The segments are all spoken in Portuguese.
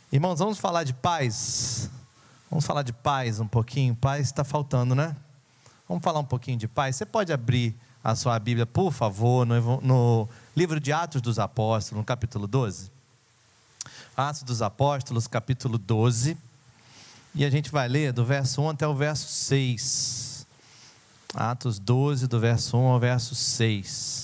Irmãos, vamos falar de paz? Vamos falar de paz um pouquinho? Paz está faltando, né? Vamos falar um pouquinho de paz? Você pode abrir a sua Bíblia, por favor, no livro de Atos dos Apóstolos, no capítulo 12. Atos dos Apóstolos, capítulo 12. E a gente vai ler do verso 1 até o verso 6. Atos 12, do verso 1 ao verso 6.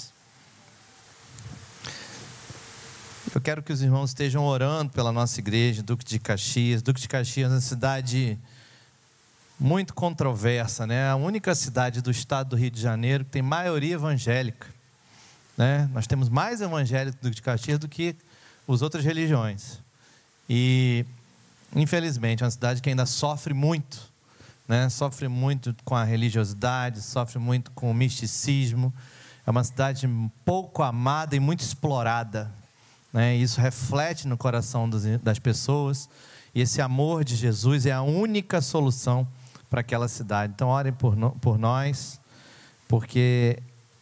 Eu quero que os irmãos estejam orando pela nossa igreja, Duque de Caxias. Duque de Caxias é uma cidade muito controversa, né? A única cidade do estado do Rio de Janeiro que tem maioria evangélica, né? Nós temos mais evangélicos do Duque de Caxias do que as outras religiões. E, infelizmente, é uma cidade que ainda sofre muito, né? Sofre muito com a religiosidade, sofre muito com o misticismo. É uma cidade pouco amada e muito explorada, né? Isso reflete no coração das pessoas, e esse amor de Jesus é a única solução para aquela cidade. Então orem por nós, porque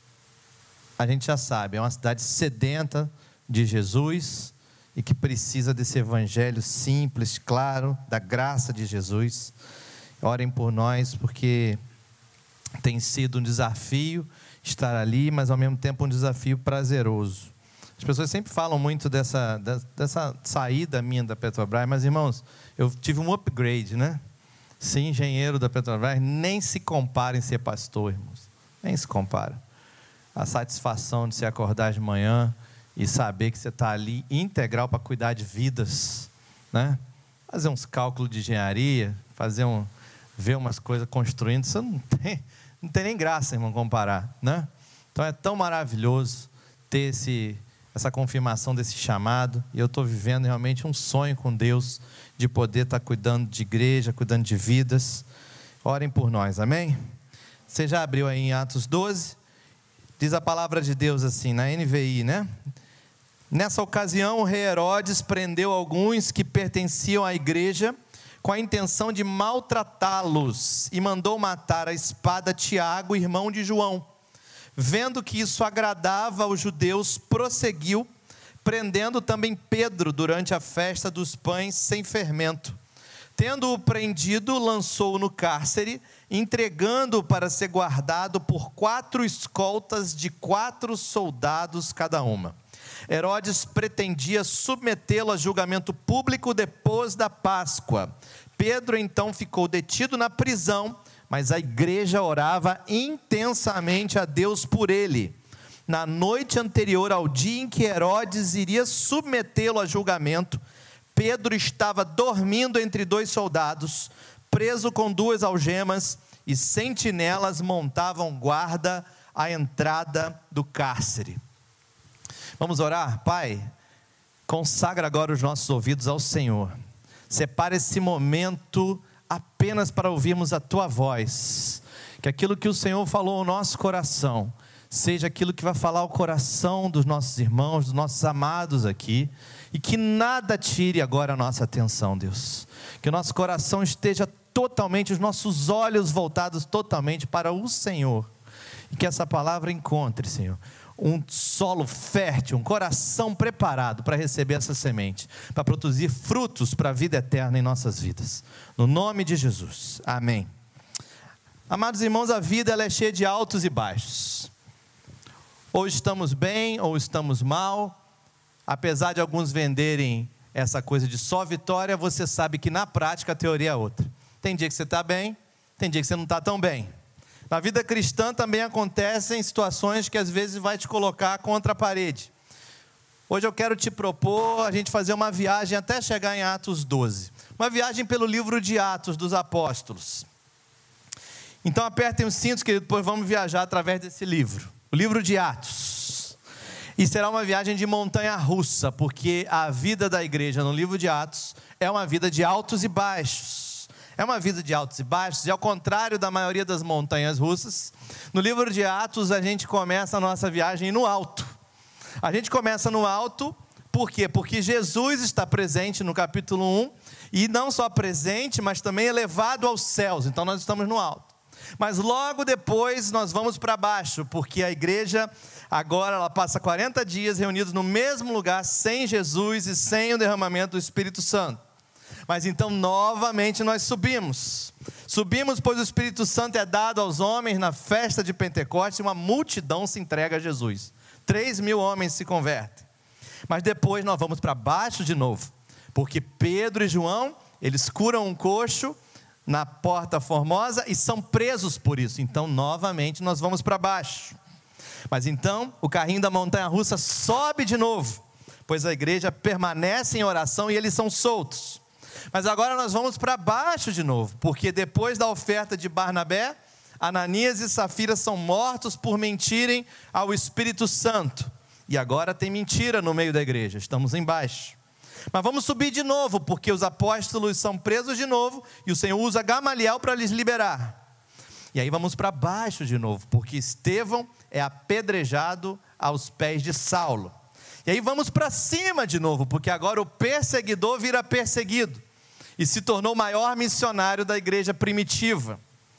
a gente já sabe, é uma cidade sedenta de Jesus, e que precisa desse evangelho simples, claro, da graça de Jesus. Orem por nós, porque tem sido um desafio estar ali, mas ao mesmo tempo um desafio prazeroso. As pessoas sempre falam muito dessa saída minha da Petrobras, mas irmãos, eu tive um upgrade, né? Ser engenheiro da Petrobras nem se compara em ser pastor, irmãos. Nem se compara. A satisfação de se acordar de manhã e saber que você está ali integral para cuidar de vidas, né? Fazer uns cálculos de engenharia, ver umas coisas construindo, isso não tem nem graça, irmão, comparar, né? Então é tão maravilhoso ter essa confirmação desse chamado, e eu estou vivendo realmente um sonho com Deus, de poder estar cuidando de igreja, cuidando de vidas. Orem por nós, amém? Você já abriu aí em Atos 12, diz a palavra de Deus assim, na NVI, né? Nessa ocasião, o rei Herodes prendeu alguns que pertenciam à igreja, com a intenção de maltratá-los, e mandou matar a espada Tiago, irmão de João. Vendo que isso agradava aos judeus, prosseguiu, prendendo também Pedro durante a festa dos pães sem fermento. Tendo-o prendido, lançou-o no cárcere, entregando-o para ser guardado por 4 escoltas de 4 soldados cada uma. Herodes pretendia submetê-lo a julgamento público depois da Páscoa. Pedro então ficou detido na prisão, mas a igreja orava intensamente a Deus por ele. Na noite anterior ao dia em que Herodes iria submetê-lo a julgamento, Pedro estava dormindo entre 2 soldados, preso com 2 algemas, e sentinelas montavam guarda à entrada do cárcere. Vamos orar? Pai, consagra agora os nossos ouvidos ao Senhor. Separa esse momento apenas para ouvirmos a Tua voz, que aquilo que o Senhor falou ao nosso coração, seja aquilo que vai falar ao coração dos nossos irmãos, dos nossos amados aqui, e que nada tire agora a nossa atenção, Deus, que o nosso coração esteja totalmente, os nossos olhos voltados totalmente para o Senhor, e que essa palavra encontre, Senhor, um solo fértil, um coração preparado para receber essa semente, para produzir frutos para a vida eterna em nossas vidas, no nome de Jesus, amém. Amados irmãos, a vida ela é cheia de altos e baixos, ou estamos bem, ou estamos mal. Apesar de alguns venderem essa coisa de só vitória, você sabe que na prática a teoria é outra. Tem dia que você está bem, tem dia que você não está tão bem. Na vida cristã também acontecem situações que às vezes vai te colocar contra a parede. Hoje eu quero te propor a gente fazer uma viagem até chegar em Atos 12. Uma viagem pelo livro de Atos dos Apóstolos. Então apertem os cintos, querido, pois vamos viajar através desse livro. O livro de Atos. E será uma viagem de montanha russa, porque a vida da igreja no livro de Atos é uma vida de altos e baixos. É uma vida de altos e baixos, e ao contrário da maioria das montanhas russas, no livro de Atos a gente começa a nossa viagem no alto. A gente começa no alto, por quê? Porque Jesus está presente no capítulo 1, e não só presente, mas também elevado aos céus, então nós estamos no alto. Mas logo depois nós vamos para baixo, porque a igreja agora ela passa 40 dias reunidos no mesmo lugar, sem Jesus e sem o derramamento do Espírito Santo. Mas então novamente nós subimos, pois o Espírito Santo é dado aos homens na festa de Pentecostes, e uma multidão se entrega a Jesus, 3.000 homens se convertem. Mas depois nós vamos para baixo de novo, porque Pedro e João, eles curam um coxo na Porta Formosa e são presos por isso. Então novamente nós vamos para baixo. Mas então o carrinho da montanha-russa sobe de novo, pois a igreja permanece em oração e eles são soltos. Mas agora nós vamos para baixo de novo, porque depois da oferta de Barnabé, Ananias e Safira são mortos por mentirem ao Espírito Santo. E agora tem mentira no meio da igreja, estamos embaixo. Mas vamos subir de novo, porque os apóstolos são presos de novo, e o Senhor usa Gamaliel para lhes liberar. E aí vamos para baixo de novo, porque Estevão é apedrejado aos pés de Saulo. E aí vamos para cima de novo, porque agora o perseguidor vira perseguido, e se tornou o maior missionário da igreja primitiva.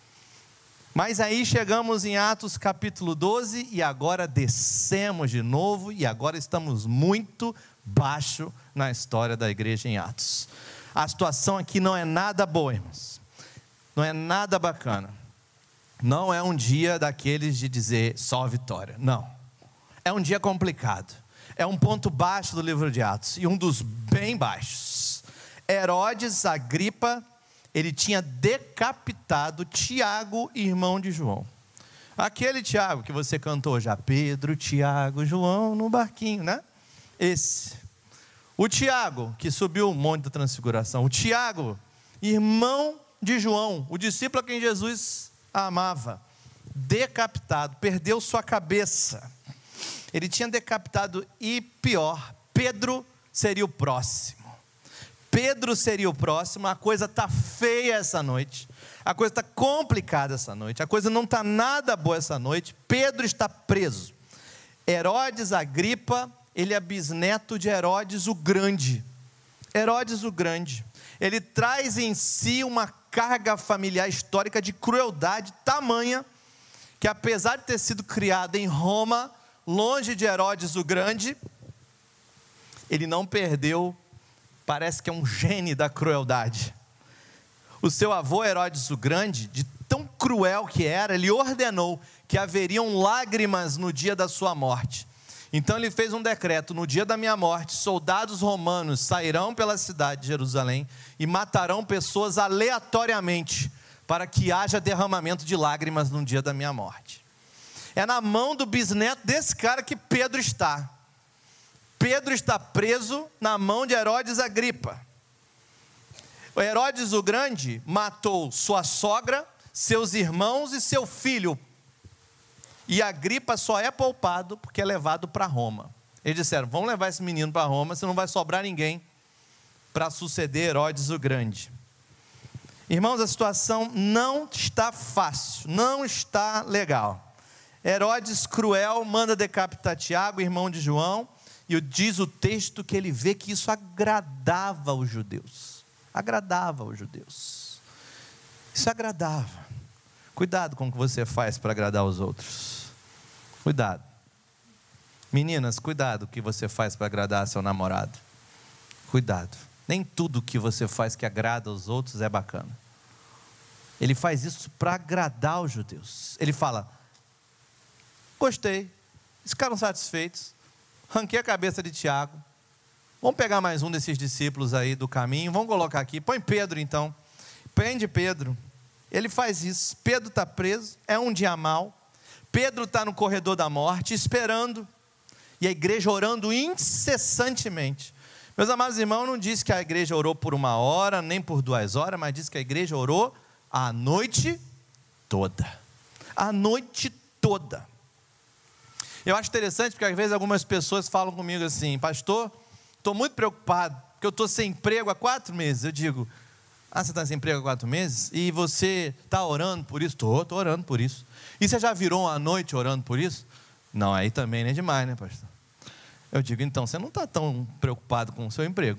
Mas aí chegamos em Atos capítulo 12, e agora descemos de novo, e agora estamos muito baixo na história da igreja em Atos. A situação aqui não é nada boa, irmãos, não é nada bacana. Não é um dia daqueles de dizer só vitória, não. É um dia complicado, é um ponto baixo do livro de Atos, e um dos bem baixos. Herodes Agripa, ele tinha decapitado Tiago, irmão de João. Aquele Tiago que você cantou já, Pedro, Tiago, João, no barquinho, né? Esse. O Tiago, que subiu o monte da transfiguração. O Tiago, irmão de João, o discípulo a quem Jesus amava. Decapitado, perdeu sua cabeça. Ele tinha decapitado, e pior, Pedro seria o próximo. Pedro seria o próximo. A coisa está feia essa noite, a coisa está complicada essa noite, a coisa não está nada boa essa noite. Pedro está preso. Herodes Agripa, ele é bisneto de Herodes o Grande. Herodes o Grande, ele traz em si uma carga familiar histórica de crueldade tamanha, que apesar de ter sido criado em Roma, longe de Herodes o Grande, ele não perdeu, parece que é um gene da crueldade. O seu avô Herodes o Grande, de tão cruel que era, ele ordenou que haveriam lágrimas no dia da sua morte. Então ele fez um decreto: no dia da minha morte, soldados romanos sairão pela cidade de Jerusalém e matarão pessoas aleatoriamente, para que haja derramamento de lágrimas no dia da minha morte. É na mão do bisneto desse cara que Pedro está. Pedro está preso na mão de Herodes Agripa. O Herodes o Grande matou sua sogra, seus irmãos e seu filho. E Agripa só é poupado porque é levado para Roma. Eles disseram: vamos levar esse menino para Roma, senão não vai sobrar ninguém para suceder Herodes o Grande. Irmãos, a situação não está fácil, não está legal. Herodes cruel manda decapitar Tiago, irmão de João, e diz o texto que ele vê que isso agradava os judeus. Agradava os judeus. Isso agradava. Cuidado com o que você faz para agradar os outros. Cuidado. Meninas, cuidado com o que você faz para agradar seu namorado. Cuidado. Nem tudo que você faz que agrada aos outros é bacana. Ele faz isso para agradar os judeus. Ele fala: gostei, eles ficaram satisfeitos, ranquei a cabeça de Tiago, vamos pegar mais um desses discípulos aí do caminho, vamos colocar aqui, põe Pedro então, prende Pedro. Ele faz isso. Pedro está preso, é um dia mau, Pedro está no corredor da morte, esperando, e a igreja orando incessantemente. Meus amados irmãos, não diz que a igreja orou por 1 hora, nem por 2 horas, mas diz que a igreja orou a noite toda. A noite toda. Eu acho interessante, porque às vezes algumas pessoas falam comigo assim: pastor, estou muito preocupado, porque eu estou sem emprego há 4 meses. Eu digo: ah, você está sem emprego há 4 meses? E você está orando por isso? Estou orando por isso. E você já virou uma noite orando por isso? Não, aí também não é demais, né, pastor? Eu digo: então, você não está tão preocupado com o seu emprego.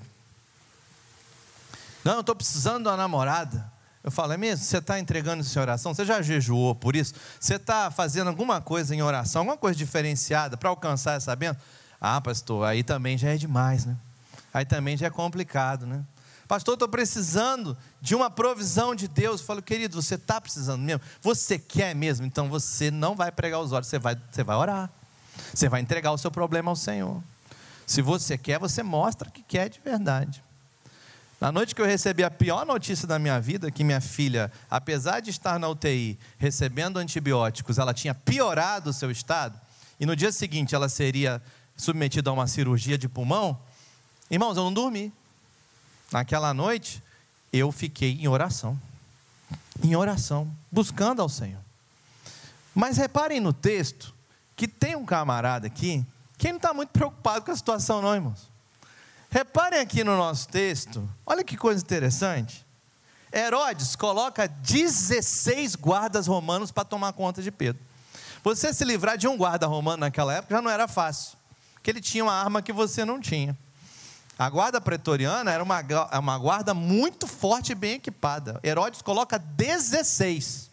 Não, eu estou precisando de uma namorada. Eu falo: é mesmo? Você está entregando isso em oração? Você já jejuou por isso? Você está fazendo alguma coisa em oração, alguma coisa diferenciada para alcançar essa bênção? Ah, pastor, aí também já é demais, né? Aí também já é complicado, né? Pastor, estou precisando de uma provisão de Deus. Eu falo, querido, você está precisando mesmo? Você quer mesmo? Então você não vai pregar os olhos, você vai orar. Você vai entregar o seu problema ao Senhor. Se você quer, você mostra que quer de verdade. Na noite que eu recebi a pior notícia da minha vida, que minha filha, apesar de estar na UTI, recebendo antibióticos, ela tinha piorado o seu estado, e no dia seguinte ela seria submetida a uma cirurgia de pulmão, irmãos, eu não dormi. Naquela noite, eu fiquei em oração, buscando ao Senhor. Mas reparem no texto, que tem um camarada aqui, que não está muito preocupado com a situação não, irmãos. Reparem aqui no nosso texto, olha que coisa interessante. Herodes coloca 16 guardas romanos para tomar conta de Pedro. Você se livrar de um guarda romano naquela época já não era fácil, porque ele tinha uma arma que você não tinha. A guarda pretoriana era uma guarda muito forte e bem equipada. Herodes coloca 16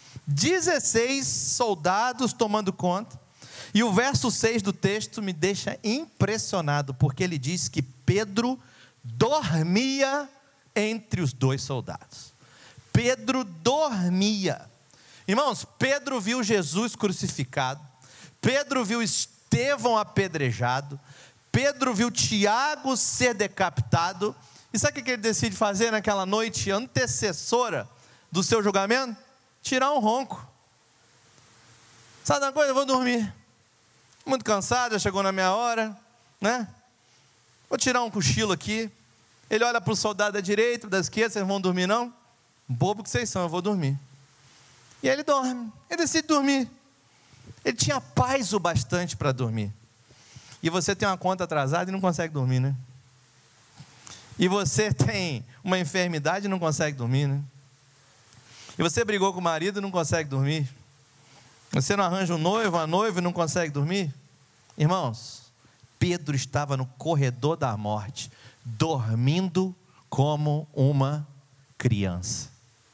soldados tomando conta. E o verso 6 do texto me deixa impressionado, porque ele diz que Pedro dormia entre os dois soldados. Pedro dormia. Irmãos, Pedro viu Jesus crucificado, Pedro viu Estevão apedrejado, Pedro viu Tiago ser decapitado, e sabe o que ele decide fazer naquela noite antecessora do seu julgamento? Tirar um ronco. Sabe uma coisa? Eu vou dormir. Muito cansado, já chegou na minha hora, né? Vou tirar um cochilo aqui. Ele olha para o soldado da direita, da esquerda, vocês vão dormir não? Bobo que vocês são, eu vou dormir. E ele dorme, ele decide dormir. Ele tinha paz o bastante para dormir. E você tem uma conta atrasada e não consegue dormir, né? E você tem uma enfermidade e não consegue dormir, né? E você brigou com o marido e não consegue dormir. Você não arranja um noivo, uma noiva e não consegue dormir? Irmãos, Pedro estava no corredor da morte, dormindo como uma criança.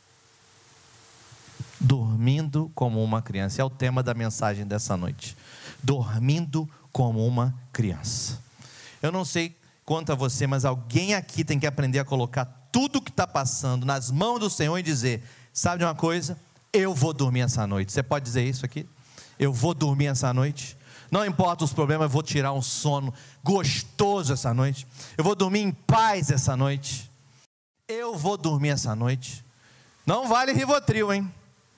Dormindo como uma criança, é o tema da mensagem dessa noite. Dormindo como uma criança. Eu não sei quanto a você, mas alguém aqui tem que aprender a colocar tudo o que está passando nas mãos do Senhor e dizer, sabe de uma coisa? Eu vou dormir essa noite. Você pode dizer isso aqui? Eu vou dormir essa noite. Não importa os problemas, eu vou tirar um sono gostoso essa noite. Eu vou dormir em paz essa noite. Eu vou dormir essa noite. Não vale Rivotril, hein?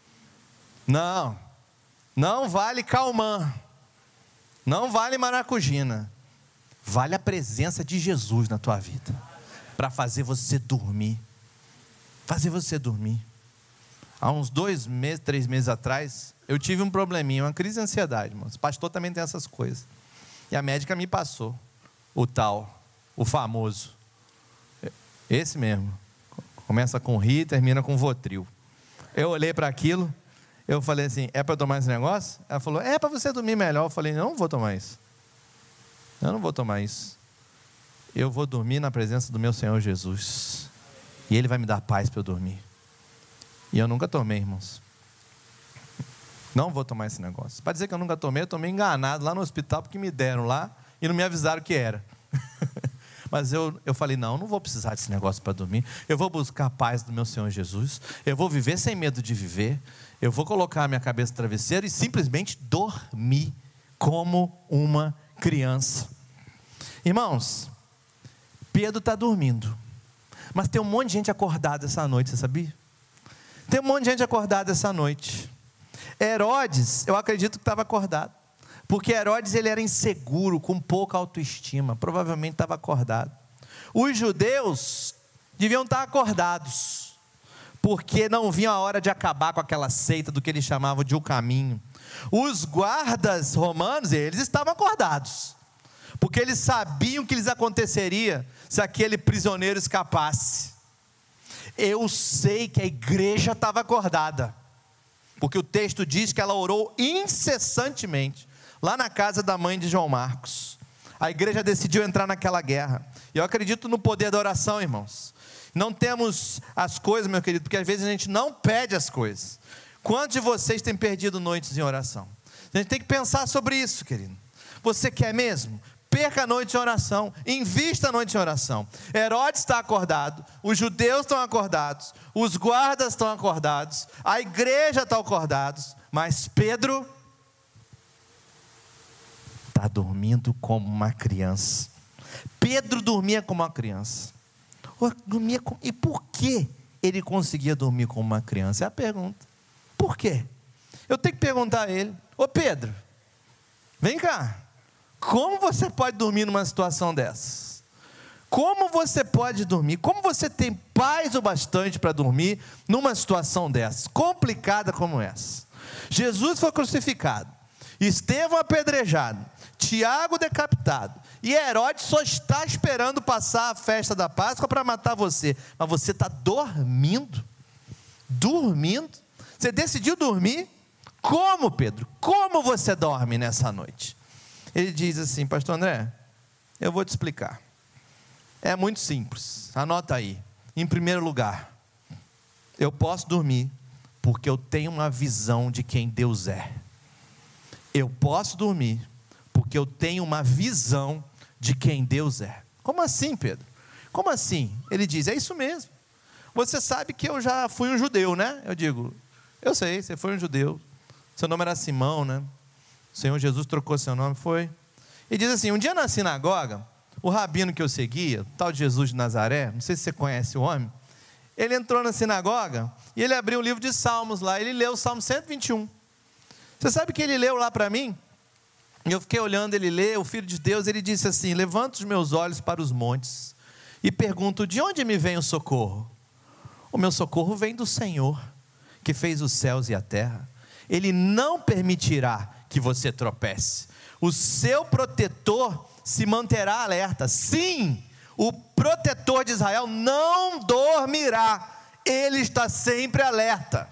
Não vale Calmã. Não vale maracujina. Vale a presença de Jesus na tua vida, para fazer você dormir. Fazer você dormir. Há uns 2 meses, 3 meses atrás, eu tive um probleminha, uma crise de ansiedade, irmãos. O pastor também tem essas coisas. E a médica me passou o famoso. Esse mesmo. Começa com Ri e termina com Votril. Eu olhei para aquilo, eu falei assim, é para tomar esse negócio? Ela falou, é para você dormir melhor. Eu falei, não vou tomar isso. Eu não vou tomar isso. Eu vou dormir na presença do meu Senhor Jesus. E Ele vai me dar paz para eu dormir. E eu nunca tomei, irmãos. Não vou tomar esse negócio. Para dizer que eu nunca tomei, eu tomei enganado lá no hospital, porque me deram lá e não me avisaram que era. Mas eu falei, não vou precisar desse negócio para dormir. Eu vou buscar a paz do meu Senhor Jesus. Eu vou viver sem medo de viver. Eu vou colocar a minha cabeça no travesseiro e simplesmente dormir como uma criança. Irmãos, Pedro está dormindo. Mas tem um monte de gente acordada essa noite, você sabia? Tem um monte de gente acordada essa noite. Herodes, eu acredito que estava acordado. Porque Herodes, ele era inseguro, com pouca autoestima. Provavelmente estava acordado. Os judeus deviam estar acordados, porque não viam a hora de acabar com aquela seita do que eles chamavam de o caminho. Os guardas romanos, eles estavam acordados, porque eles sabiam o que lhes aconteceria se aquele prisioneiro escapasse. Eu sei que a igreja estava acordada, porque o texto diz que ela orou incessantemente, lá na casa da mãe de João Marcos. A igreja decidiu entrar naquela guerra, e eu acredito no poder da oração, irmãos. Não temos as coisas, meu querido, porque às vezes a gente não pede as coisas. Quantos de vocês têm perdido noites em oração? A gente tem que pensar sobre isso, querido. Você quer mesmo? perca a noite em oração, invista a noite em oração. Herodes está acordado, os judeus estão acordados, os guardas estão acordados, a igreja está acordada, mas Pedro está dormindo como uma criança. Pedro dormia como uma criança. E por que ele conseguia dormir como uma criança? É a pergunta. Por quê? Eu tenho que perguntar a ele: ô Pedro, vem cá, como você pode dormir numa situação dessas? Como você pode dormir? Como você tem paz o bastante para dormir numa situação dessas, complicada como essa? Jesus foi crucificado, Estevão apedrejado, Tiago decapitado, e Herodes só está esperando passar a festa da Páscoa para matar você, mas você está dormindo, você decidiu dormir? Como, Pedro? Como você dorme nessa noite? Ele diz assim: pastor André, eu vou te explicar, é muito simples, anota aí. Em primeiro lugar, eu posso dormir porque eu tenho uma visão de quem Deus é. Eu posso dormir porque eu tenho uma visão de quem Deus é. Como assim, Pedro? Como assim? Ele diz: é isso mesmo, você sabe que eu já fui um judeu, né? Eu digo: eu sei, você foi um judeu, seu nome era Simão, né? O Senhor Jesus trocou seu nome, foi? Ele diz assim: um dia na sinagoga, o rabino que eu seguia, o tal de Jesus de Nazaré, não sei se você conhece o homem, ele entrou na sinagoga e ele abriu o livro de Salmos lá, ele leu o Salmo 121. Você sabe que ele leu lá para mim? E eu fiquei olhando ele ler, o Filho de Deus, ele disse assim: levanto os meus olhos para os montes e pergunto, de onde me vem o socorro? O meu socorro vem do Senhor, que fez os céus e a terra. Ele não permitirá que você tropece. O seu protetor se manterá alerta. Sim, o protetor de Israel não dormirá. Ele está sempre alerta.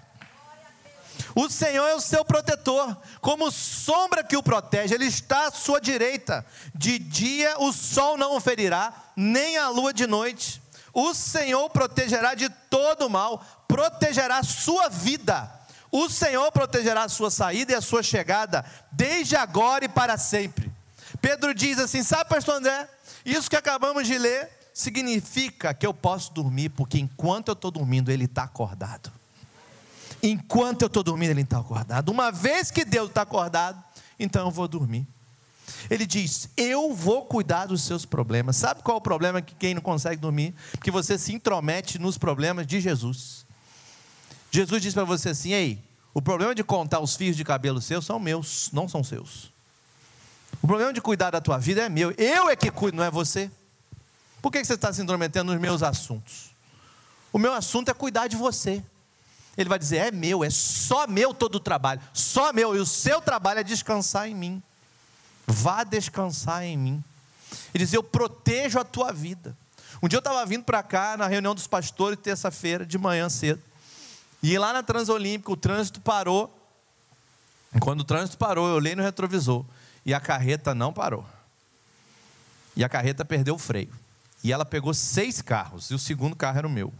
O Senhor é o seu protetor, como sombra que o protege, Ele está à sua direita. De dia o sol não o ferirá, nem a lua de noite. O Senhor protegerá de todo mal, protegerá a sua vida. O Senhor protegerá a sua saída e a sua chegada, desde agora e para sempre. Pedro diz assim: sabe, pastor André, isso que acabamos de ler significa que eu posso dormir, porque enquanto eu estou dormindo, Ele está acordado. Enquanto eu estou dormindo, Ele está acordado. Uma vez que Deus está acordado, então eu vou dormir. Ele diz: eu vou cuidar dos seus problemas. Sabe qual é o problema que quem não consegue dormir? Porque você se intromete nos problemas de Jesus. Jesus diz para você assim: ei, o problema de contar os fios de cabelo seus são meus, não são seus. O problema de cuidar da tua vida é meu, eu é que cuido, não é você. Por que você está se intrometendo nos meus assuntos? O meu assunto é cuidar de você. Ele vai dizer: é meu, é só meu todo o trabalho, só meu, e o seu trabalho é descansar em mim. Vá descansar em mim. Ele diz: eu protejo a tua vida. Um dia eu estava vindo para cá, na reunião dos pastores, terça-feira, de manhã cedo, e lá na Transolímpica, o trânsito parou. Quando o trânsito parou, eu olhei no retrovisor, e a carreta não parou. E a carreta perdeu o freio. E ela pegou 6 carros, e o segundo carro era o meu.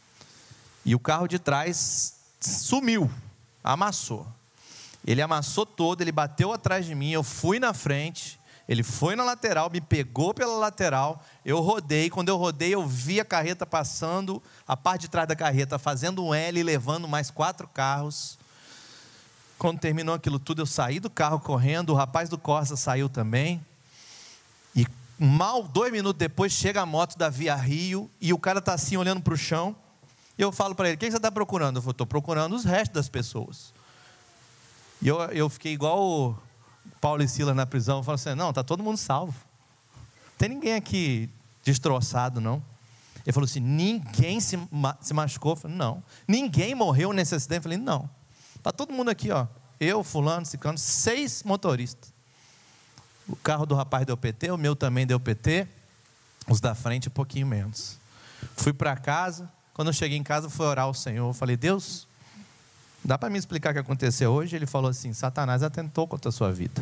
E o carro de trás sumiu, amassou. Ele amassou todo, ele bateu atrás de mim, eu fui na frente, ele foi na lateral, me pegou pela lateral, eu rodei. Quando eu rodei, eu vi a carreta passando, a parte de trás da carreta fazendo um L, levando mais 4 carros. Quando terminou aquilo tudo, eu saí do carro correndo, o rapaz do Corsa saiu também. E mal 2 minutos depois, chega a moto da Via Rio, e o cara está assim, olhando para o chão. E eu falo para ele: o que você está procurando? Eu falo: estou procurando os restos das pessoas. E eu fiquei igual o Paulo e Silas na prisão. Eu falo assim: não, está todo mundo salvo. Não tem ninguém aqui destroçado, não. Ele falou assim: ninguém se machucou? Eu falei: não. Ninguém morreu nesse acidente? Eu falei: não. Está todo mundo aqui, ó. Eu, fulano, ciclano, 6 motoristas. O carro do rapaz deu PT, o meu também deu PT. Os da frente um pouquinho menos. Fui para casa. Quando eu cheguei em casa, fui orar ao Senhor. Eu falei: Deus, dá para me explicar o que aconteceu hoje? Ele falou assim: Satanás atentou contra a sua vida.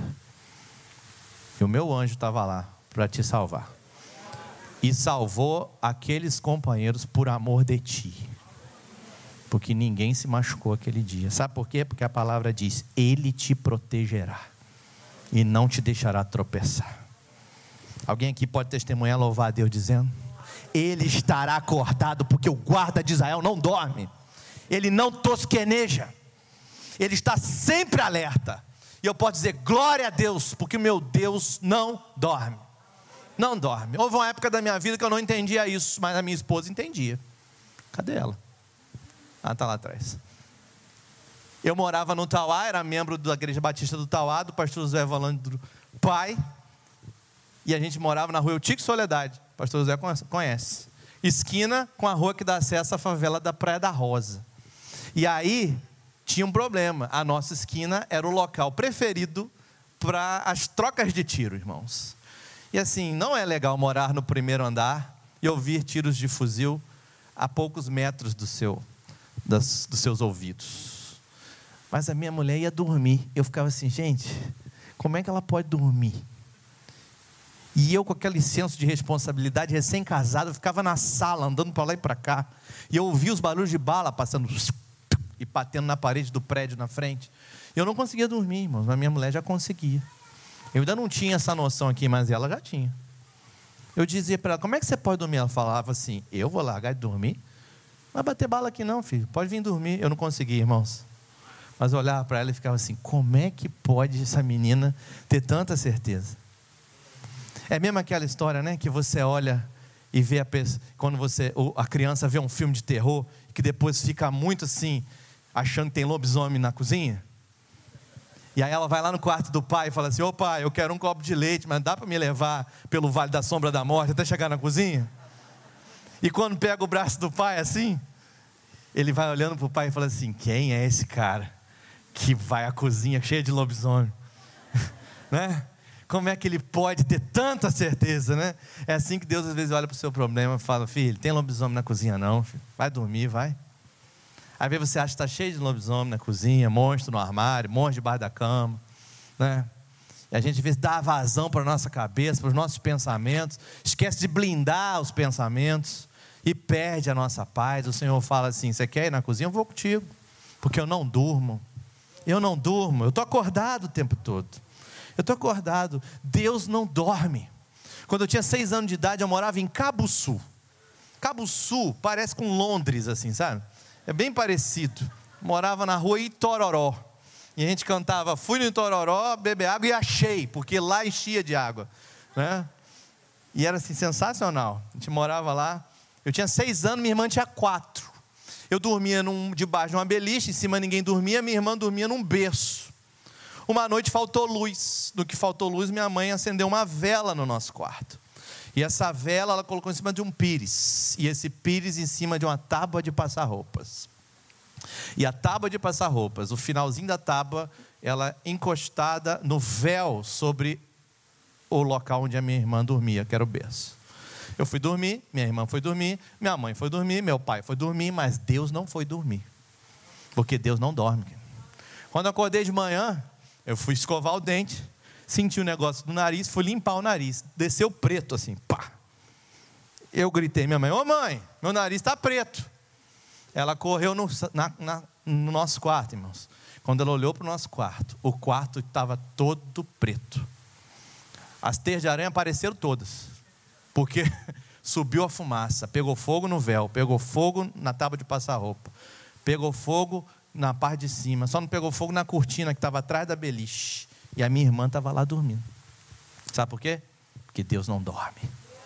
E o meu anjo estava lá para te salvar. E salvou aqueles companheiros por amor de ti. Porque ninguém se machucou aquele dia. Sabe por quê? Porque a palavra diz: Ele te protegerá e não te deixará tropeçar. Alguém aqui pode testemunhar, louvar a Deus dizendo: ele estará acordado, porque o guarda de Israel não dorme, ele não tosqueneja, ele está sempre alerta. E eu posso dizer: glória a Deus, porque o meu Deus não dorme. Não dorme. Houve uma época da minha vida que eu não entendia isso, mas a minha esposa entendia. Cadê ela? Ah, está lá atrás. Eu morava no Tauá, era membro da Igreja Batista do Tauá, do pastor José Valandro pai, e a gente morava na rua Eutico Soledade, o pastor José conhece, esquina com a rua que dá acesso à favela da Praia da Rosa. E aí tinha um problema, a nossa esquina era o local preferido para as trocas de tiro, irmãos. E assim, não é legal morar no primeiro andar e ouvir tiros de fuzil a poucos metros dos seus ouvidos. Mas a minha mulher ia dormir. Eu ficava assim: gente, como é que ela pode dormir? E eu, com aquele senso de responsabilidade, recém-casado, eu ficava na sala, andando para lá e para cá. E eu ouvia os barulhos de bala passando e batendo na parede do prédio na frente. Eu não conseguia dormir, irmãos, mas minha mulher já conseguia. Eu ainda não tinha essa noção aqui, mas ela já tinha. Eu dizia para ela: como é que você pode dormir? Ela falava assim: eu vou largar de dormir? Não vai bater bala aqui não, filho, pode vir dormir. Eu não conseguia, irmãos. Mas eu olhava para ela e ficava assim: como é que pode essa menina ter tanta certeza? É mesmo aquela história, né? Que você olha e vê quando a criança vê um filme de terror, que depois fica muito assim, achando que tem lobisomem na cozinha. E aí ela vai lá no quarto do pai e fala assim: ô pai, eu quero um copo de leite, mas dá para me levar pelo Vale da Sombra da Morte até chegar na cozinha? E quando pega o braço do pai assim, ele vai olhando para o pai e fala assim: quem é esse cara que vai à cozinha cheia de lobisomem? Né? Como é que ele pode ter tanta certeza, né? É assim que Deus às vezes olha para o seu problema e fala: filho, tem lobisomem na cozinha não, filho. Vai dormir, vai. Às vezes você acha que está cheio de lobisomem na cozinha, monstro no armário, monstro debaixo da cama, né? E a gente às vezes dá vazão para a nossa cabeça, para os nossos pensamentos, esquece de blindar os pensamentos e perde a nossa paz. O Senhor fala assim: você quer ir na cozinha? Eu vou contigo, porque eu não durmo. Eu não durmo, eu estou acordado o tempo todo. Eu estou acordado. Deus não dorme. Quando eu tinha 6 anos de idade, eu morava em Cabuçu. Cabuçu parece com Londres, assim, sabe? É bem parecido. Morava na rua Itororó. E a gente cantava: fui no Itororó beber água e achei, porque lá enchia de água, né? E era assim, sensacional. A gente morava lá. Eu tinha 6 anos, minha irmã tinha 4. Eu dormia debaixo de uma beliche, em cima ninguém dormia, minha irmã dormia num berço. Uma noite faltou luz. No que faltou luz, minha mãe acendeu uma vela no nosso quarto. E essa vela ela colocou em cima de um pires. E esse pires em cima de uma tábua de passar roupas. E a tábua de passar roupas, o finalzinho da tábua, ela encostada no véu sobre o local onde a minha irmã dormia, que era o berço. Eu fui dormir, minha irmã foi dormir, minha mãe foi dormir, meu pai foi dormir, mas Deus não foi dormir. Porque Deus não dorme. Quando eu acordei de manhã, eu fui escovar o dente, senti um negócio no nariz, fui limpar o nariz, desceu preto assim, pá. Eu gritei: minha mãe: ô mãe, meu nariz está preto. Ela correu no nosso quarto, irmãos. Quando ela olhou para o nosso quarto, o quarto estava todo preto. As teias de aranha apareceram todas, porque subiu a fumaça, pegou fogo no véu, pegou fogo na tábua de passar roupa, pegou fogo na parte de cima, só não pegou fogo na cortina que estava atrás da beliche. E a minha irmã estava lá dormindo. Sabe por quê? Porque Deus não dorme.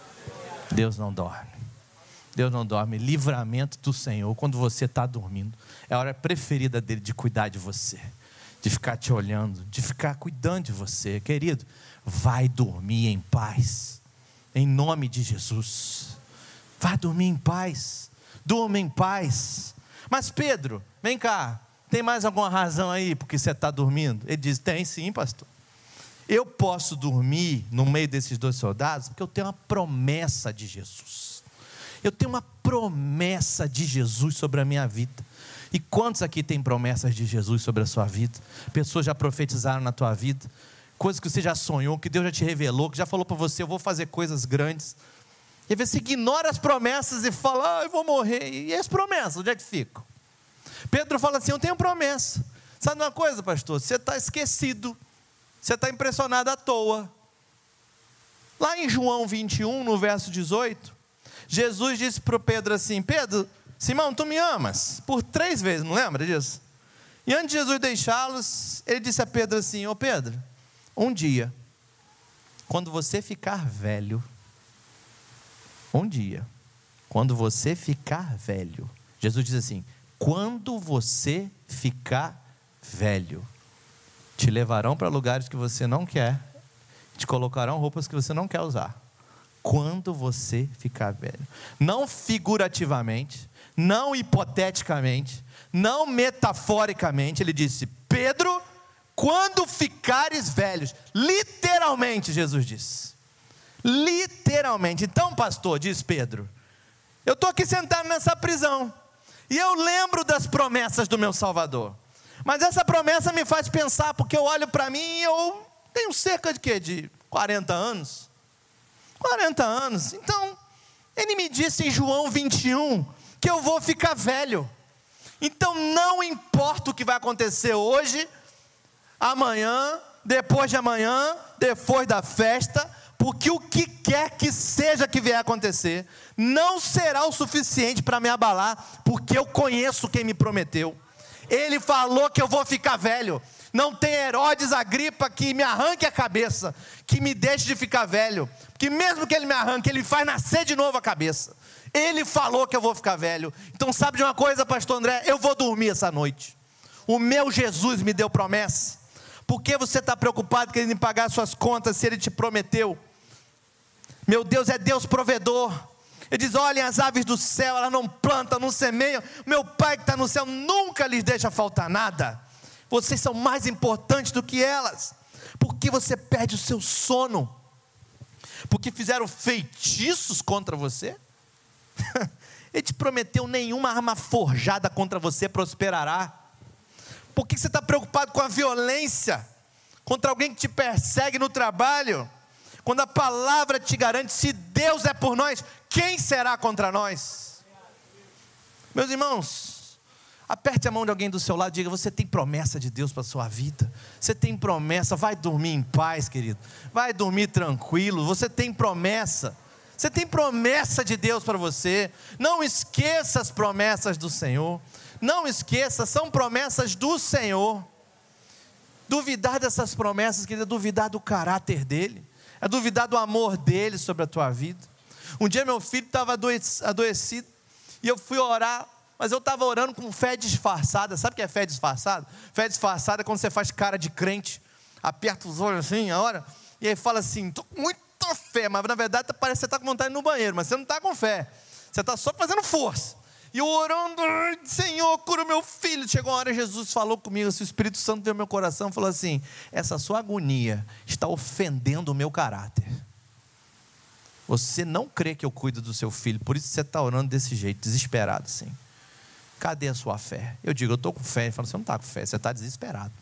Deus não dorme. Deus não dorme. Livramento do Senhor quando você está dormindo. É a hora preferida dele de cuidar de você, de ficar te olhando, de ficar cuidando de você. Querido, vai dormir em paz, em nome de Jesus. Vai dormir em paz. Durma em paz. Mas Pedro, vem cá, tem mais alguma razão aí porque você está dormindo? Ele diz: tem sim, pastor. Eu posso dormir no meio desses 2 soldados porque eu tenho uma promessa de Jesus. Eu tenho uma promessa de Jesus sobre a minha vida. E quantos aqui têm promessas de Jesus sobre a sua vida? Pessoas já profetizaram na tua vida, coisas que você já sonhou, que Deus já te revelou, que já falou para você: eu vou fazer coisas grandes. E às vezes você ignora as promessas e fala: eu vou morrer. E as promessas, onde é que ficam? Pedro fala assim: eu tenho promessa. Sabe uma coisa, pastor? Você está esquecido. Você está impressionado à toa. Lá em João 21, no verso 18, Jesus disse para o Pedro assim: Pedro, Simão, tu me amas? Por 3 vezes, não lembra disso? E antes de Jesus deixá-los, ele disse a Pedro assim: ô Pedro, um dia, quando você ficar velho, Jesus diz assim: quando você ficar velho, te levarão para lugares que você não quer, te colocarão roupas que você não quer usar. Quando você ficar velho, não figurativamente, não hipoteticamente, não metaforicamente, ele disse: Pedro, quando ficares velhos, literalmente, Jesus disse, literalmente. Então, pastor, diz Pedro, eu estou aqui sentado nessa prisão, e eu lembro das promessas do meu Salvador, mas essa promessa me faz pensar, porque eu olho para mim e eu tenho cerca de quê? De 40 anos, então, ele me disse em João 21, que eu vou ficar velho, então não importa o que vai acontecer hoje, amanhã, depois de amanhã, depois da festa, porque o que quer que seja que vier a acontecer, não será o suficiente para me abalar, porque eu conheço quem me prometeu, ele falou que eu vou ficar velho, não tem Herodes Agripa que me arranque a cabeça, que me deixe de ficar velho, que mesmo que ele me arranque, ele faz nascer de novo a cabeça, ele falou que eu vou ficar velho, então sabe de uma coisa, pastor André, eu vou dormir essa noite, o meu Jesus me deu promessa. Por que você está preocupado querendo pagar suas contas, se ele te prometeu? Meu Deus é Deus provedor, ele diz: olhem as aves do céu, elas não plantam, não semeiam, meu Pai que está no céu nunca lhes deixa faltar nada, vocês são mais importantes do que elas, porque você perde o seu sono, porque fizeram feitiços contra você, ele te prometeu: nenhuma arma forjada contra você prosperará. Por que você está preocupado com a violência, contra alguém que te persegue no trabalho, quando a palavra te garante, se Deus é por nós, quem será contra nós? Meus irmãos, aperte a mão de alguém do seu lado e diga: você tem promessa de Deus para a sua vida, você tem promessa, vai dormir em paz, querido, vai dormir tranquilo, você tem promessa de Deus para você, não esqueça as promessas do Senhor, não esqueça, são promessas do Senhor. Duvidar dessas promessas, querido, é duvidar do caráter dele, é duvidar do amor dele sobre a tua vida. Um dia meu filho estava adoecido, e eu fui orar, mas eu estava orando com fé disfarçada. Sabe o que é fé disfarçada? Fé disfarçada é quando você faz cara de crente, aperta os olhos assim, a hora, e aí fala assim: estou com muita fé, mas na verdade parece que você está com vontade de ir no banheiro, mas você não está com fé, você está só fazendo força. E eu orando: Senhor, cura o meu filho. Chegou uma hora, Jesus falou comigo, assim, o Espírito Santo deu no meu coração, falou assim: essa sua agonia está ofendendo o meu caráter, você não crê que eu cuido do seu filho, por isso você está orando desse jeito, desesperado assim. Cadê a sua fé? Eu digo: eu estou com fé. Ele falou: você não está com fé, você está desesperado.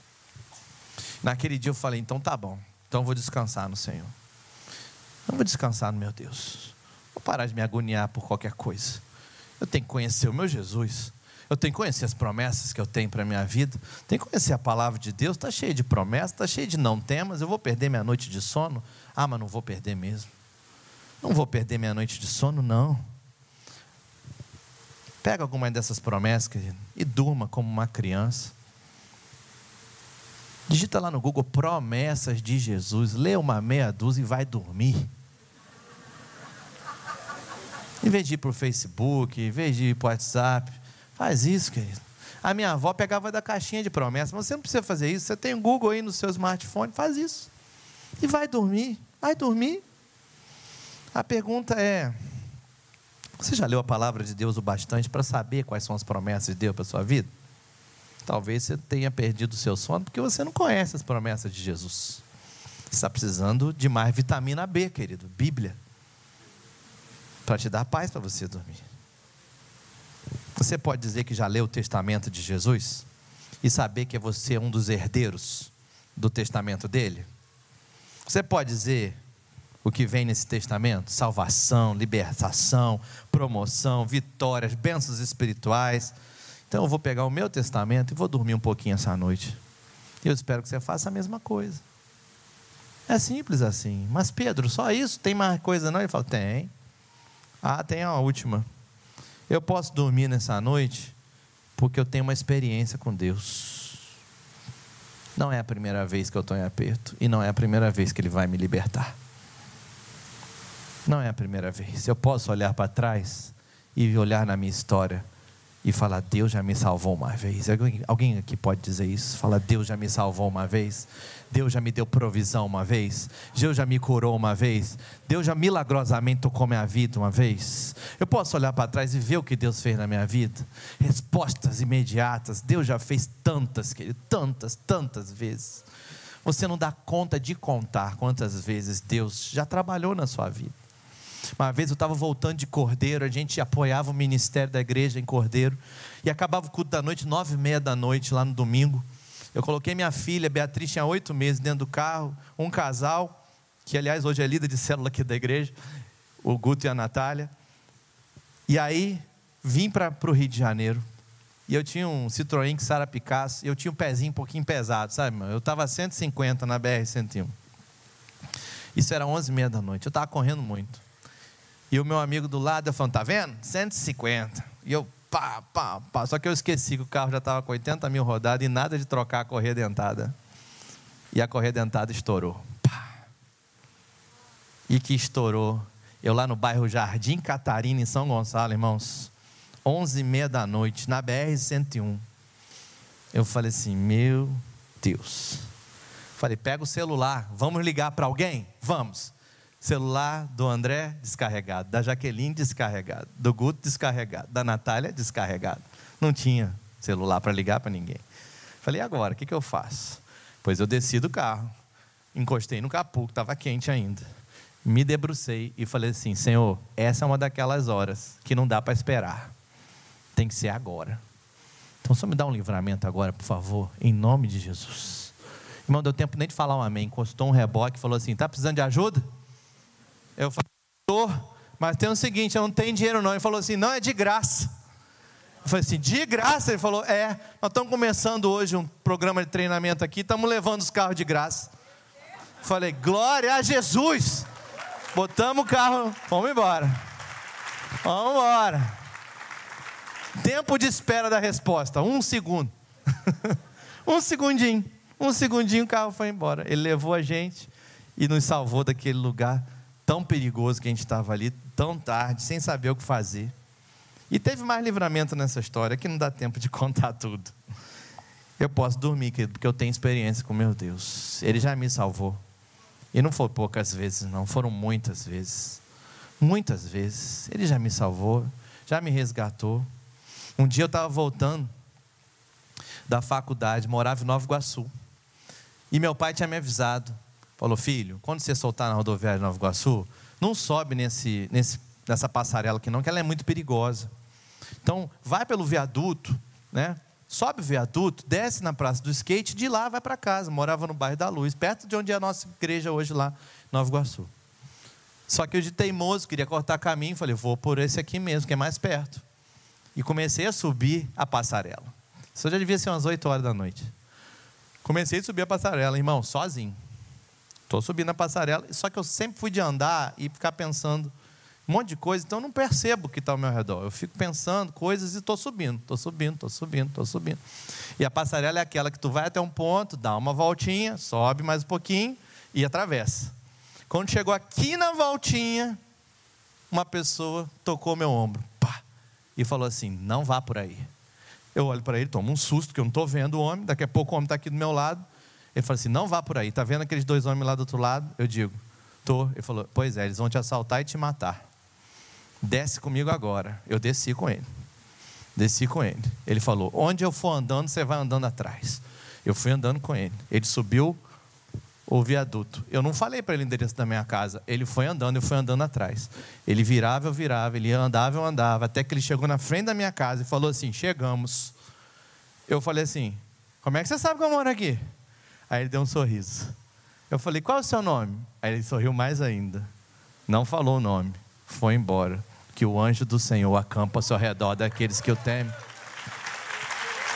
Naquele dia eu falei: então tá bom, então eu vou descansar no Senhor, eu vou descansar no meu Deus, vou parar de me agoniar por qualquer coisa. Eu tenho que conhecer o meu Jesus, eu tenho que conhecer as promessas que eu tenho para a minha vida, tenho que conhecer a palavra de Deus. Está cheio de promessas, está cheio de não temas. Eu vou perder minha noite de sono? Ah, mas não vou perder mesmo, não vou perder minha noite de sono não. Pega alguma dessas promessas, querido, e durma como uma criança. Digita lá no Google: promessas de Jesus, lê uma meia dúzia e vai dormir. Em vez de ir para o Facebook, em vez de ir para o WhatsApp, faz isso, querido. A minha avó pegava da caixinha de promessas, mas você não precisa fazer isso, você tem o Google aí no seu smartphone, faz isso, e vai dormir, vai dormir. A pergunta é: você já leu a palavra de Deus o bastante para saber quais são as promessas de Deus para a sua vida? Talvez você tenha perdido o seu sono, porque você não conhece as promessas de Jesus. Você está precisando de mais vitamina B, querido, Bíblia, para te dar paz para você dormir. Você pode dizer que já leu o testamento de Jesus e saber que você é um dos herdeiros do testamento dele? Você pode dizer o que vem nesse testamento? Salvação, libertação, promoção, vitórias, bênçãos espirituais. Então eu vou pegar o meu testamento e vou dormir um pouquinho essa noite. Eu espero que você faça a mesma coisa. É simples assim. Mas Pedro, só isso? Tem mais coisa não? Ele fala, tem. Ah, tem a última. Eu posso dormir nessa noite porque eu tenho uma experiência com Deus. Não é a primeira vez que eu estou em aperto e não é a primeira vez que Ele vai me libertar. Não é a primeira vez. Eu posso olhar para trás e olhar na minha história e falar, Deus já me salvou uma vez. Alguém aqui pode dizer isso? Fala, Deus já me salvou uma vez. Deus já me deu provisão uma vez. Deus já me curou uma vez. Deus já milagrosamente tocou minha vida uma vez. Eu posso olhar para trás e ver o que Deus fez na minha vida? Respostas imediatas. Deus já fez tantas, querido, tantas vezes. Você não dá conta de contar quantas vezes Deus já trabalhou na sua vida. Uma vez eu estava voltando de Cordeiro, a gente apoiava o ministério da igreja em Cordeiro, e acabava o culto da noite, 9h30 da noite, lá no domingo. Eu coloquei minha filha, Beatriz, tinha 8 meses, dentro do carro, um casal, que aliás hoje é líder de célula aqui da igreja, o Guto e a Natália, e aí vim para o Rio de Janeiro, e eu tinha um Citroën Xara Picasso, e eu tinha um pezinho um pouquinho pesado, sabe, mano? Eu estava a 150 na BR-101, isso era 11h30 da noite, eu estava correndo muito. E o meu amigo do lado, eu falando, tá vendo? 150. E eu, pá. Só que eu esqueci que o carro já estava com 80 mil rodadas e nada de trocar a correia dentada. E a correia dentada estourou. Pá. E que estourou. Eu lá no bairro Jardim Catarina, em São Gonçalo, irmãos. 11h30 da noite, na BR-101. Eu falei assim, meu Deus. Falei, pega o celular, vamos ligar para alguém? Vamos. Celular do André descarregado, da Jaqueline descarregado, do Guto descarregado, da Natália descarregado. Não tinha celular para ligar para ninguém. Falei, e agora, o que eu faço? Pois eu desci do carro, encostei no capô, que estava quente ainda. Me debrucei e falei assim, Senhor, essa é uma daquelas horas que não dá para esperar. Tem que ser agora. Então só me dá um livramento agora, por favor, em nome de Jesus. Irmão, deu tempo nem de falar um amém. Encostou um reboque e falou assim, está precisando de ajuda? Eu falei, estou, mas tem o seguinte, eu não tenho dinheiro não. Ele falou assim, não, é de graça. Eu falei assim, de graça? Ele falou, nós estamos começando hoje um programa de treinamento aqui, estamos levando os carros de graça. Eu falei, glória a Jesus. Botamos o carro, vamos embora. Tempo de espera da resposta, 1 segundo. um segundinho o carro foi embora. Ele levou a gente e nos salvou daquele lugar tão perigoso que a gente estava ali, tão tarde, sem saber o que fazer. E teve mais livramento nessa história, que não dá tempo de contar tudo. Eu posso dormir, querido, porque eu tenho experiência com meu Deus. Ele já me salvou. E não foi poucas vezes, não, foram muitas vezes. Muitas vezes. Ele já me salvou, já me resgatou. Um dia eu estava voltando da faculdade, morava em Nova Iguaçu. E meu pai tinha me avisado. Falou, filho, quando você soltar na rodoviária de Nova Iguaçu, não sobe nessa passarela aqui não, que ela é muito perigosa. Então, vai pelo viaduto, né? Sobe o viaduto, desce na Praça do Skate, de lá vai para casa. Morava no bairro da Luz, perto de onde é a nossa igreja hoje lá, Nova Iguaçu. Só que eu de teimoso, queria cortar caminho, falei, vou por esse aqui mesmo, que é mais perto. E comecei a subir a passarela. Isso já devia ser umas 8 horas da noite. Comecei a subir a passarela, irmão, sozinho. Estou subindo a passarela, só que eu sempre fui de andar e ficar pensando um monte de coisa, então eu não percebo o que está ao meu redor. Eu fico pensando coisas e estou subindo. E a passarela é aquela que tu vai até um ponto, dá uma voltinha, sobe mais um pouquinho e atravessa. Quando chegou aqui na voltinha, uma pessoa tocou meu ombro, pá, e falou assim, não vá por aí. Eu olho para ele, tomo um susto, que eu não estou vendo o homem, daqui a pouco o homem está aqui do meu lado. Ele falou assim, não vá por aí, está vendo aqueles 2 homens lá do outro lado? Eu digo, estou. Ele falou, pois é, eles vão te assaltar e te matar. Desce comigo agora. Eu desci com ele. Ele falou, onde eu for andando, você vai andando atrás. Eu fui andando com ele. Ele subiu o viaduto. Eu não falei para ele o endereço da minha casa. Ele foi andando, eu fui andando atrás. Ele virava, eu virava. Ele andava, eu andava. Até que ele chegou na frente da minha casa e falou assim, chegamos. Eu falei assim, como é que você sabe que eu moro aqui? Aí ele deu um sorriso. Eu falei, qual é o seu nome? Aí ele sorriu mais ainda. Não falou o nome. Foi embora. Que o anjo do Senhor acampa ao seu redor daqueles que o temem.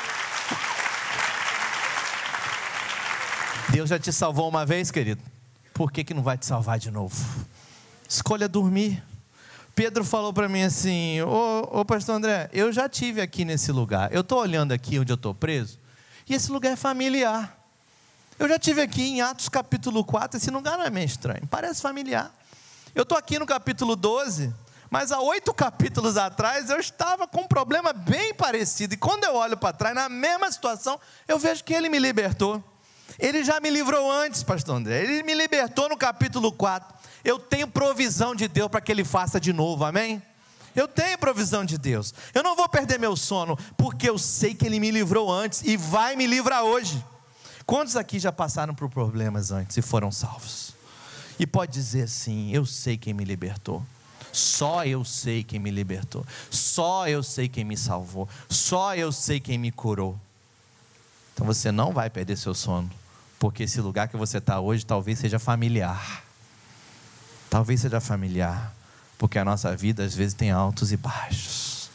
Deus já te salvou uma vez, querido? por que não vai te salvar de novo? Escolha dormir. Pedro falou para mim assim: ô pastor André, eu já estive aqui nesse lugar, eu estou olhando aqui onde eu estou preso, e esse lugar é familiar. Eu já estive aqui em Atos capítulo 4, esse lugar não é meio estranho, parece familiar. Eu estou aqui no capítulo 12, mas há 8 capítulos atrás eu estava com um problema bem parecido, e quando eu olho para trás, na mesma situação, eu vejo que ele me libertou. Ele já me livrou antes, pastor André, ele me libertou no capítulo 4, eu tenho provisão de Deus para que ele faça de novo, amém? Eu tenho provisão de Deus, eu não vou perder meu sono, porque eu sei que ele me livrou antes, e vai me livrar hoje. Quantos aqui já passaram por problemas antes e foram salvos? E pode dizer assim: eu sei quem me libertou, só eu sei quem me libertou, só eu sei quem me salvou, só eu sei quem me curou. Então você não vai perder seu sono, porque esse lugar que você está hoje talvez seja familiar. Talvez seja familiar, porque a nossa vida às vezes tem altos e baixos,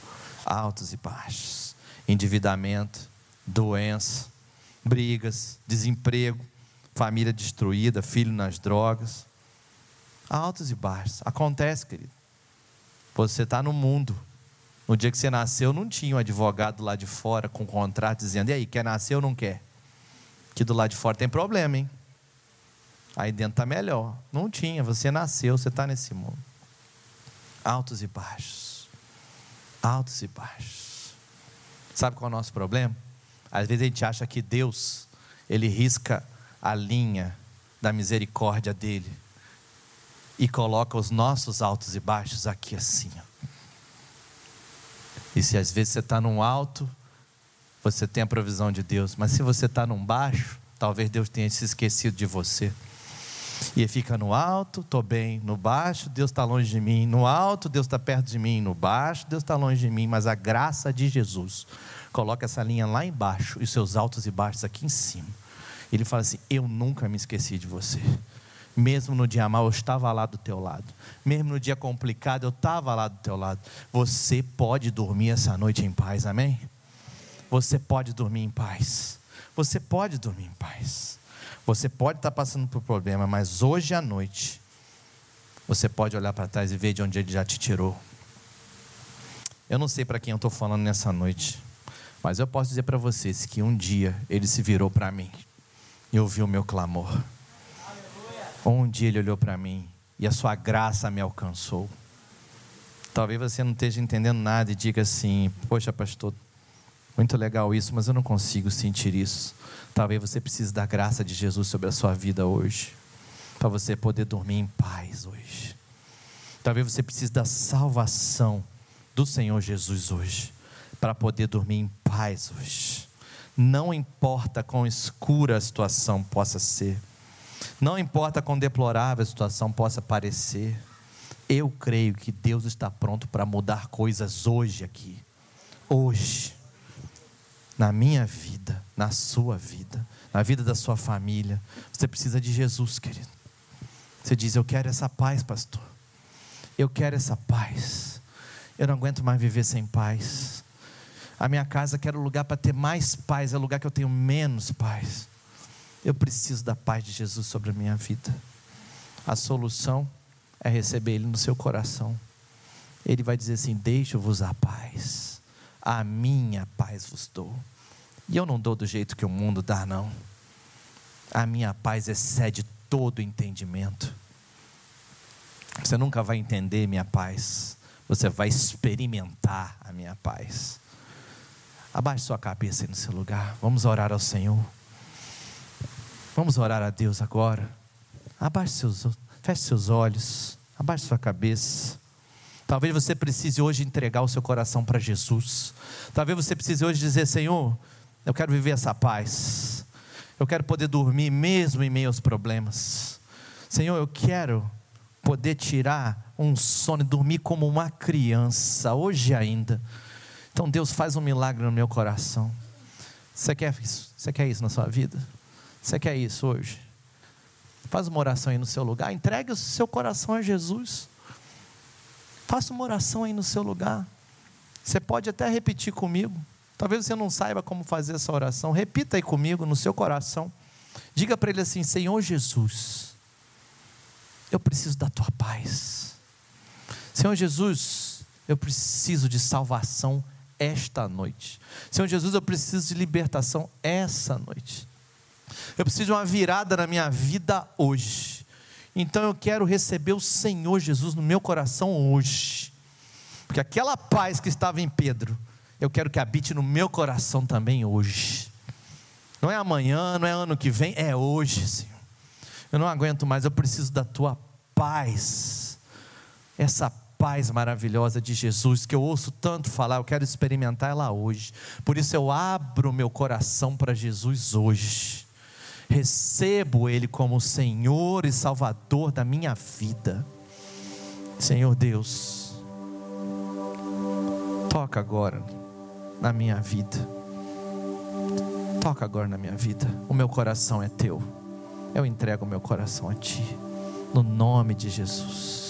endividamento, doença, brigas, desemprego, família destruída, filho nas drogas, altos e baixos, acontece, querido. Você está no mundo, no dia que você nasceu não tinha um advogado lá de fora com contrato dizendo: e aí, quer nascer ou não quer? Que do lado de fora tem problema, hein? Aí dentro está melhor. Não tinha, você nasceu, você está nesse mundo. Altos e baixos. Altos e baixos. Sabe qual é o nosso problema? Às vezes a gente acha que Deus, Ele risca a linha da misericórdia dEle e coloca os nossos altos e baixos aqui assim. E se às vezes você está num alto, você tem a provisão de Deus. Mas se você está num baixo, talvez Deus tenha se esquecido de você. E fica no alto, estou bem, no baixo, Deus está longe de mim, no alto, Deus está perto de mim, no baixo, Deus está longe de mim. Mas a graça de Jesus coloca essa linha lá embaixo e os seus altos e baixos aqui em cima. Ele fala assim: eu nunca me esqueci de você. Mesmo no dia mau eu estava lá do teu lado, mesmo no dia complicado eu estava lá do teu lado. Você pode dormir essa noite em paz, amém? Você pode dormir em paz. Você pode dormir em paz. Você pode estar passando por problema, mas hoje à noite você pode olhar para trás e ver de onde Ele já te tirou. Eu não sei para quem eu estou falando nessa noite, mas eu posso dizer para vocês que um dia Ele se virou para mim e ouviu o meu clamor. Um dia Ele olhou para mim e a sua graça me alcançou. Talvez você não esteja entendendo nada e diga assim: poxa pastor, muito legal isso, mas eu não consigo sentir isso. Talvez você precise da graça de Jesus sobre a sua vida hoje, para você poder dormir em paz hoje. Talvez você precise da salvação do Senhor Jesus hoje, para poder dormir em paz hoje. Não importa quão escura a situação possa ser, não importa quão deplorável a situação possa parecer, eu creio que Deus está pronto para mudar coisas hoje aqui, hoje, na minha vida, na sua vida, na vida da sua família. Você precisa de Jesus, querido. Você diz: eu quero essa paz, pastor, eu quero essa paz, eu não aguento mais viver sem paz. A minha casa, quero lugar para ter mais paz, é lugar que eu tenho menos paz. Eu preciso da paz de Jesus sobre a minha vida. A solução é receber Ele no seu coração. Ele vai dizer assim: deixo-vos a paz, a minha paz vos dou. E eu não dou do jeito que o mundo dá, não. A minha paz excede todo entendimento. Você nunca vai entender minha paz, você vai experimentar a minha paz. Abaixe sua cabeça aí no seu lugar, vamos orar ao Senhor. Vamos orar a Deus agora. Feche seus olhos, abaixe sua cabeça. Talvez você precise hoje entregar o seu coração para Jesus. Talvez você precise hoje dizer: Senhor, eu quero viver essa paz. Eu quero poder dormir mesmo em meio aos problemas. Senhor, eu quero poder tirar um sono e dormir como uma criança, hoje ainda. Então Deus, faz um milagre no meu coração. Você quer isso? Você quer isso na sua vida? Você quer isso hoje? Faz uma oração aí no seu lugar. Entregue o seu coração a Jesus. Faça uma oração aí no seu lugar. Você pode até repetir comigo. Talvez você não saiba como fazer essa oração. Repita aí comigo no seu coração. Diga para Ele assim: Senhor Jesus, eu preciso da tua paz. Senhor Jesus, eu preciso de salvação esta noite. Senhor Jesus, eu preciso de libertação essa noite. Eu preciso de uma virada na minha vida hoje. Então eu quero receber o Senhor Jesus no meu coração hoje. Porque aquela paz que estava em Pedro, eu quero que habite no meu coração também hoje. Não é amanhã, não é ano que vem, é hoje, Senhor. Eu não aguento mais, eu preciso da tua paz. Essa paz maravilhosa de Jesus, que eu ouço tanto falar, eu quero experimentar ela hoje. Por isso eu abro meu coração para Jesus hoje. Recebo Ele como Senhor e Salvador da minha vida. Senhor Deus, toca agora na minha vida. Toca agora na minha vida. O meu coração é teu. Eu entrego o meu coração a ti, no nome de Jesus.